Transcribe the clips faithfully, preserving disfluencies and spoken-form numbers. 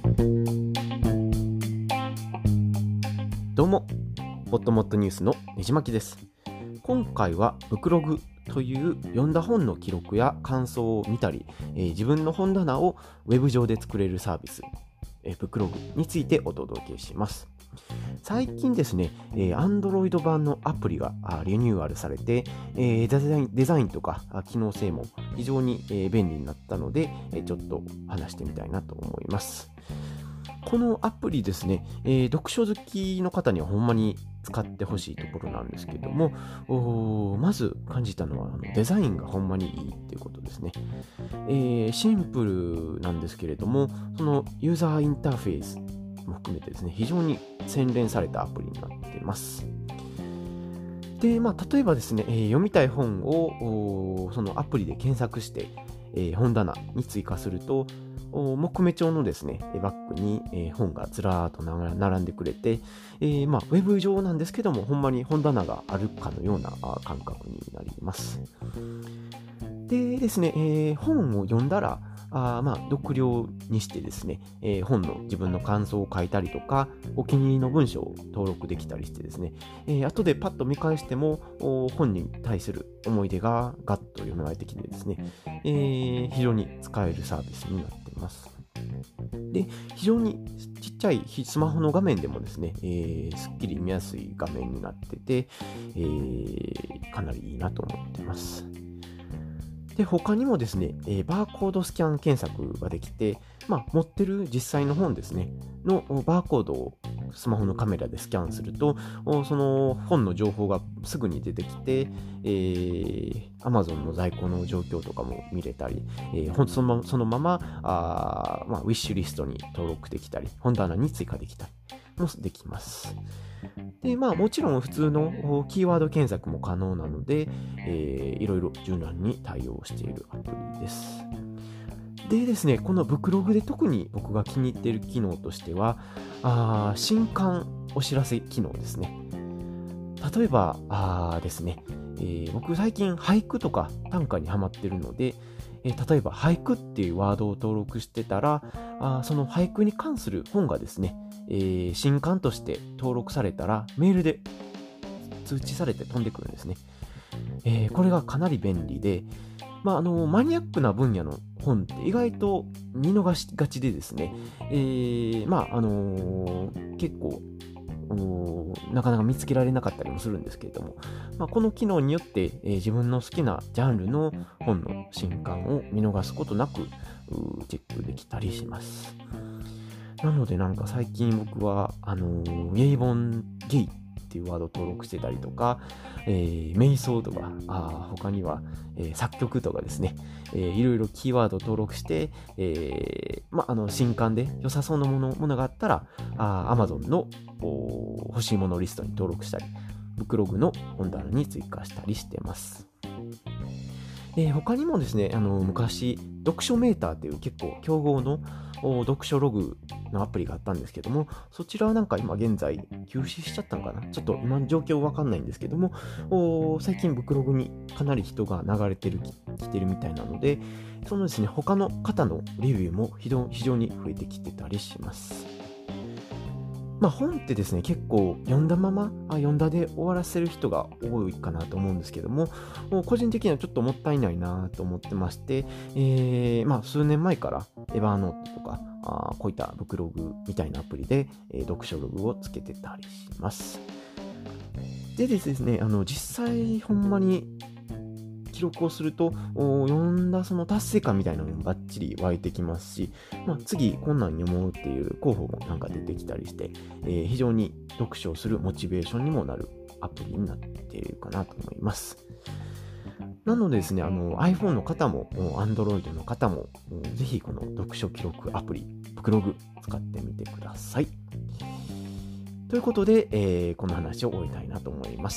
どうも、もっともっとニュースのねじまきです。今回はブクログという読んだ本の記録や感想を見たり、えー、自分の本棚をウェブ上で作れるサービス、えー、ブクログについてお届けします。最近ですね、えー、Android 版のアプリがリニューアルされて、えー、デザイン、デザインとか機能性も非常に、えー、便利になったので、えー、ちょっと話してみたいなと思います。このアプリですね、えー、読書好きの方にはほんまに使ってほしいところなんですけれども、まず感じたのはあのデザインがほんまにいいっていうことですね、えー。シンプルなんですけれども、そのユーザーインターフェースも含めてですね、非常に洗練されたアプリになっています。で、まあ、例えばですね、えー、読みたい本をそのアプリで検索して、えー、本棚に追加すると、木目調のですね、バックに本がずらーっと並んでくれて、えーまあ、ウェブ上なんですけども、ほんまに本棚があるかのような感覚になります。でですね、えー、本を読んだら、あまあ、読了にしてですね、えー、本の自分の感想を書いたりとか、お気に入りの文章を登録できたりしてですね、えー、後でパッと見返しても、本に対する思い出がガッと蘇ってきてですね、えー、非常に使えるサービスになっています。で、非常にちっちゃいスマホの画面でもですね、えー、すっきり見やすい画面になってて、えー、かなりいいなと思っています。で、他にもですね、えー、バーコードスキャン検索ができて、まあ、持ってる実際の本ですね、のバーコードをスマホのカメラでスキャンすると、その本の情報がすぐに出てきて、えー、Amazon の在庫の状況とかも見れたり、えー、そのまま、そのままあ、まあ、ウィッシュリストに登録できたり、本棚に追加できたりもできます。で、まあもちろん普通のキーワード検索も可能なので、えー、いろいろ柔軟に対応しているアプリです。でですね、このブクログで特に僕が気に入っている機能としては、あ新刊お知らせ機能ですね。例えばあですね、えー、僕最近俳句とか短歌にハマってるので、えー、例えば俳句っていうワードを登録してたら、あその俳句に関する本がですね、えー、新刊として登録されたらメールで通知されて飛んでくるんですね。えー、これがかなり便利で、まあ、あのマニアックな分野の本って意外と見逃しがちでですね、えー、まああのー、結構なかなか見つけられなかったりもするんですけれども、まあ、この機能によって、えー、自分の好きなジャンルの本の新刊を見逃すことなくチェックできたりします。なのでなんか最近僕はあのー、ゲイ本ゲイっていうワードを登録してたりとか、えー、瞑想とか、あ他には、えー、作曲とかですね、えー、いろいろキーワードを登録して、えーま、あの新刊で良さそうなもの、ものがあったら、あ Amazon の欲しいものリストに登録したり、ブクログの本棚に追加したりしてます。えー、他にもですね、あの昔読書メーターっていう結構競合の読書ログのアプリがあったんですけども、そちらはなんか今現在休止しちゃったのかな、ちょっと今の状況わかんないんですけども、最近ブクログにかなり人が流れてる来てるみたいなので、そのですね、他の方のレビューも非常に増えてきてたりします。まあ、本ってですね、結構読んだままあ読んだで終わらせる人が多いかなと思うんですけども、もう個人的にはちょっともったいないなと思ってまして、えーまあ、数年前からエヴァーノートとかあこういったブクログみたいなアプリで、えー、読書ログをつけてたりします。でですね、あの実際ほんまに記録をすると読んだその達成感みたいなのもバッチリ湧いてきますし、まあ、次こんなん読もうっていう候補もなんか出てきたりして、えー、非常に読書をするモチベーションにもなるアプリになっているかなと思います。なのでですね、あの iPhone の方も Android の方もぜひこの読書記録アプリブクログ使ってみてください。ということで、えー、この話を終えたいなと思います。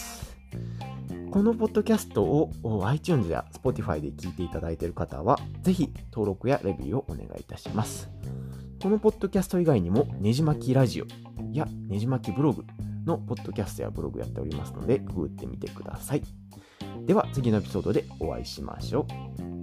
このポッドキャストを iTunes や Spotify で聞いていただいている方は、ぜひ登録やレビューをお願いいたします。このポッドキャスト以外にも、ねじまきラジオやねじまきブログのポッドキャストやブログやっておりますので、ググってみてください。では次のエピソードでお会いしましょう。